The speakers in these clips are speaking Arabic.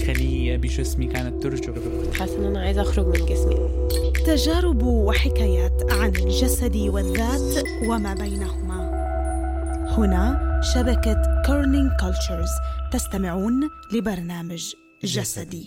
خلية بجسمي كانت ترجف. حاسة إن أنا عايزة أخرج من جسمي. تجارب وحكايات عن الجسد والذات وما بينهما. هنا شبكة كورنينج كولتشرز، تستمعون لبرنامج جسدي.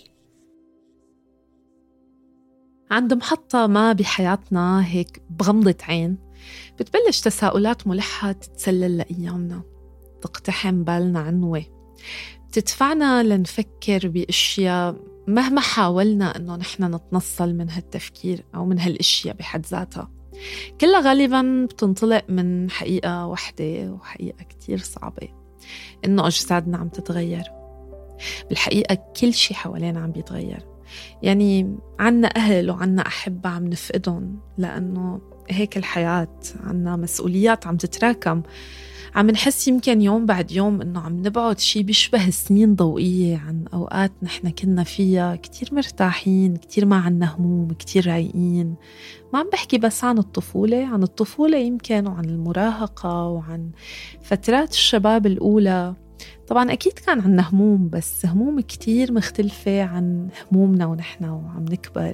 عند محطة ما بحياتنا هيك بغمضة عين بتبلش تساؤلات ملحة تتسلل لأيامنا، تقتحم بالنا عنوة، بتدفعنا لنفكر بأشياء مهما حاولنا أنه نحن نتنصل من هالتفكير أو من هالأشياء بحد ذاتها. كلها غالباً بتنطلق من حقيقة واحدة، وحقيقة كتير صعبة، إنه أجسادنا عم تتغير. بالحقيقة كل شي حوالينا عم بيتغير، يعني عنا أهل وعنا أحبة عم نفقدهم، لأنه هيك الحياة، عنا مسؤوليات عم تتراكم، عم نحس يمكن يوم بعد يوم إنه عم نبعد شي بيشبه سنين ضوئية عن أوقات نحن كنا فيها كتير مرتاحين، كتير ما عنا هموم، كتير رايقين. ما عم بحكي بس عن الطفولة يمكن، وعن المراهقة، وعن فترات الشباب الأولى. طبعاً أكيد كان عنا هموم، بس هموم كتير مختلفة عن همومنا ونحن وعم نكبر.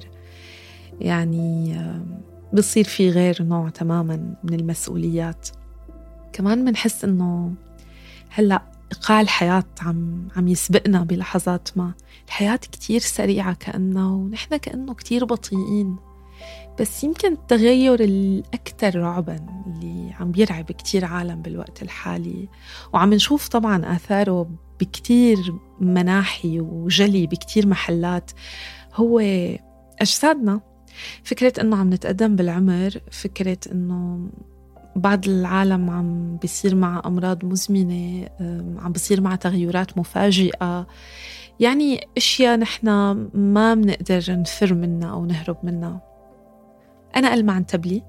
يعني بصير في غير نوع تماماً من المسؤوليات. كمان منحس إنه هلأ إيقاع الحياة عم يسبقنا بلحظات ما. الحياة كتير سريعة كأنه، ونحن كأنه كتير بطيئين. بس يمكن التغير الأكثر رعباً اللي عم بيرعب كتير عالم بالوقت الحالي، وعم نشوف طبعاً آثاره بكتير مناحي وجلي بكتير محلات، هو أجسادنا. فكرة إنه عم نتقدم بالعمر، فكرة إنه بعض العالم عم بيصير مع أمراض مزمنة، عم بيصير مع تغيرات مفاجئة، يعني أشياء نحن ما بنقدر نفر منها أو نهرب منها. أنا ألمع عنتبلي،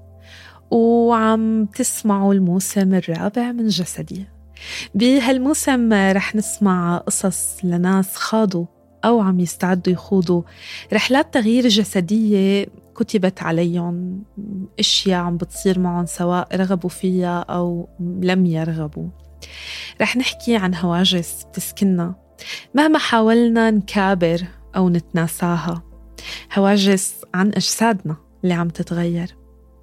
وعم تسمعوا الموسم الرابع من جسدي. بهالموسم رح نسمع قصص لناس خاضوا أو عم يستعدوا يخوضوا رحلات تغيير جسدية كتبت عليهم، أشياء عم بتصير معهم سواء رغبوا فيها أو لم يرغبوا. رح نحكي عن هواجس بتسكننا مهما حاولنا نكابر أو نتناساها، هواجس عن أجسادنا اللي عم تتغير.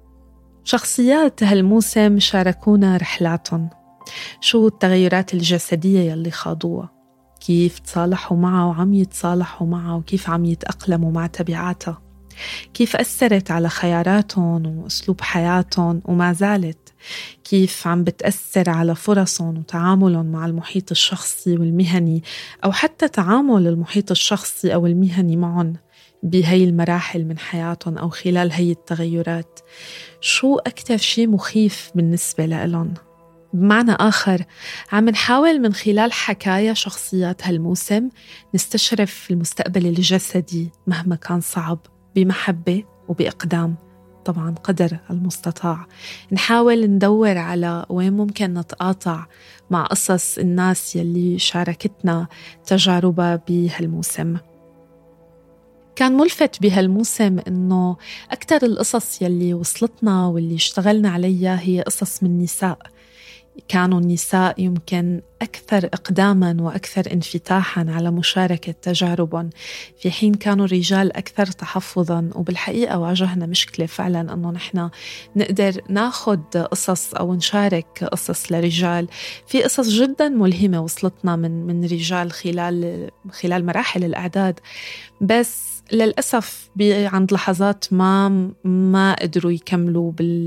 شخصيات هالموسم شاركونا رحلاتهم، شو التغيرات الجسدية يلي خاضوها، كيف تصالحوا معها وعم يتصالحوا معها، وكيف عم يتأقلموا مع تبعاتها، كيف أثرت على خياراتهم وأسلوب حياتهم، وما زالت كيف عم بتأثر على فرصهم وتعاملهم مع المحيط الشخصي والمهني، أو حتى تعامل المحيط الشخصي أو المهني معهم بهاي المراحل من حياتهم أو خلال هاي التغيرات. شو أكتر شيء مخيف بالنسبة لهم؟ بمعنى آخر، عم نحاول من خلال حكاية شخصيات هالموسم نستشرف المستقبل الجسدي مهما كان صعب، بمحبة وبإقدام، طبعاً قدر المستطاع. نحاول ندور على وين ممكن نتقاطع مع قصص الناس يلي شاركتنا تجاربها بهالموسم. كان ملفت بهالموسم إنه أكتر القصص يلي وصلتنا واللي اشتغلنا عليها هي قصص من نساء. كانوا النساء يمكن أكثر إقداماً وأكثر انفتاحاً على مشاركة تجاربهم، في حين كانوا الرجال أكثر تحفظاً. وبالحقيقة واجهنا مشكلة فعلاً أنه نحن نقدر ناخد قصص أو نشارك قصص لرجال. في قصص جداً ملهمة وصلتنا من رجال خلال مراحل الأعداد، بس للأسف عند لحظات ما قدروا يكملوا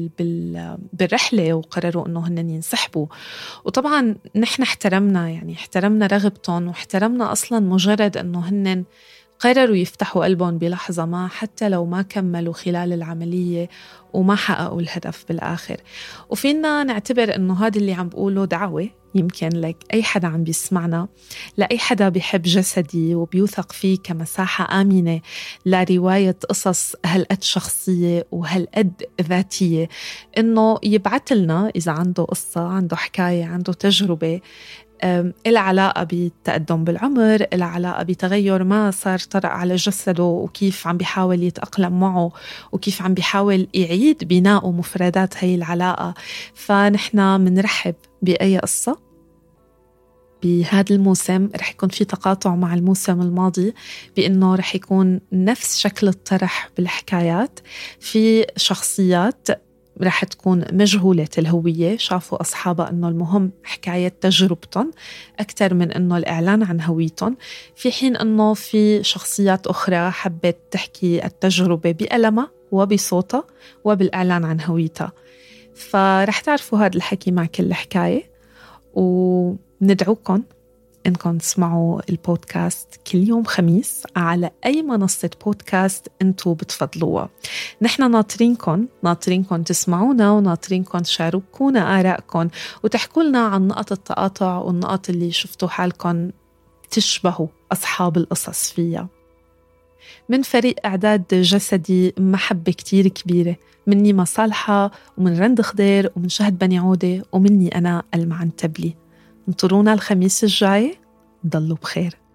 بالرحلة وقرروا أنه هن ينسحبوا. وطبعا نحن احترمنا رغبتهم، واحترمنا أصلا مجرد أنه هن قرروا يفتحوا قلبهم بلحظة ما، حتى لو ما كملوا خلال العملية وما حققوا الهدف بالآخر. وفينا نعتبر أنه هذا اللي عم بقوله دعوة يمكن لك أي حدا عم بيسمعنا، لأي حدا بيحب جسدي وبيوثق فيه كمساحة آمنة لرواية قصص هالقد شخصية وهالقد ذاتية، إنه يبعث لنا إذا عنده قصة، عنده حكاية، عنده تجربة إلها علاقة بالتقدم بالعمر، إلها علاقة بتغير ما صار طرأ على جسده وكيف عم بيحاول يتأقلم معه، وكيف عم بيحاول يعيد بناء مفردات هاي العلاقة. فنحن منرحب بأي قصة، بهذا الموسم رح يكون في تقاطع مع الموسم الماضي، بأنه رح يكون نفس شكل الطرح بالحكايات. في شخصيات رح تكون مجهولة الهوية، شافوا أصحابها أنه المهم حكاية تجربتهم أكثر من أنه الإعلان عن هويتهم، في حين أنه في شخصيات أخرى حبت تحكي التجربة بألمها وبصوتها وبالإعلان عن هويتها. فرح تعرفوا هذا الحكي مع كل حكاية، وندعوكم إنكم تسمعوا البودكاست كل يوم خميس على أي منصة بودكاست أنتوا بتفضلوها. نحن ناطرينكم تسمعونا، وناطرينكم تشاركونا آراءكم وتحكوا لنا عن نقط التقاطع والنقط اللي شفتوا حالكم تشبهوا أصحاب القصص فيها. من فريق إعداد جسدي محبة كتير كبيرة، مني مصالحة ومن رند خضير ومن شهد بني عودة ومني أنا المعنتبلي. انطرونا الخميس الجاي، ضلوا بخير.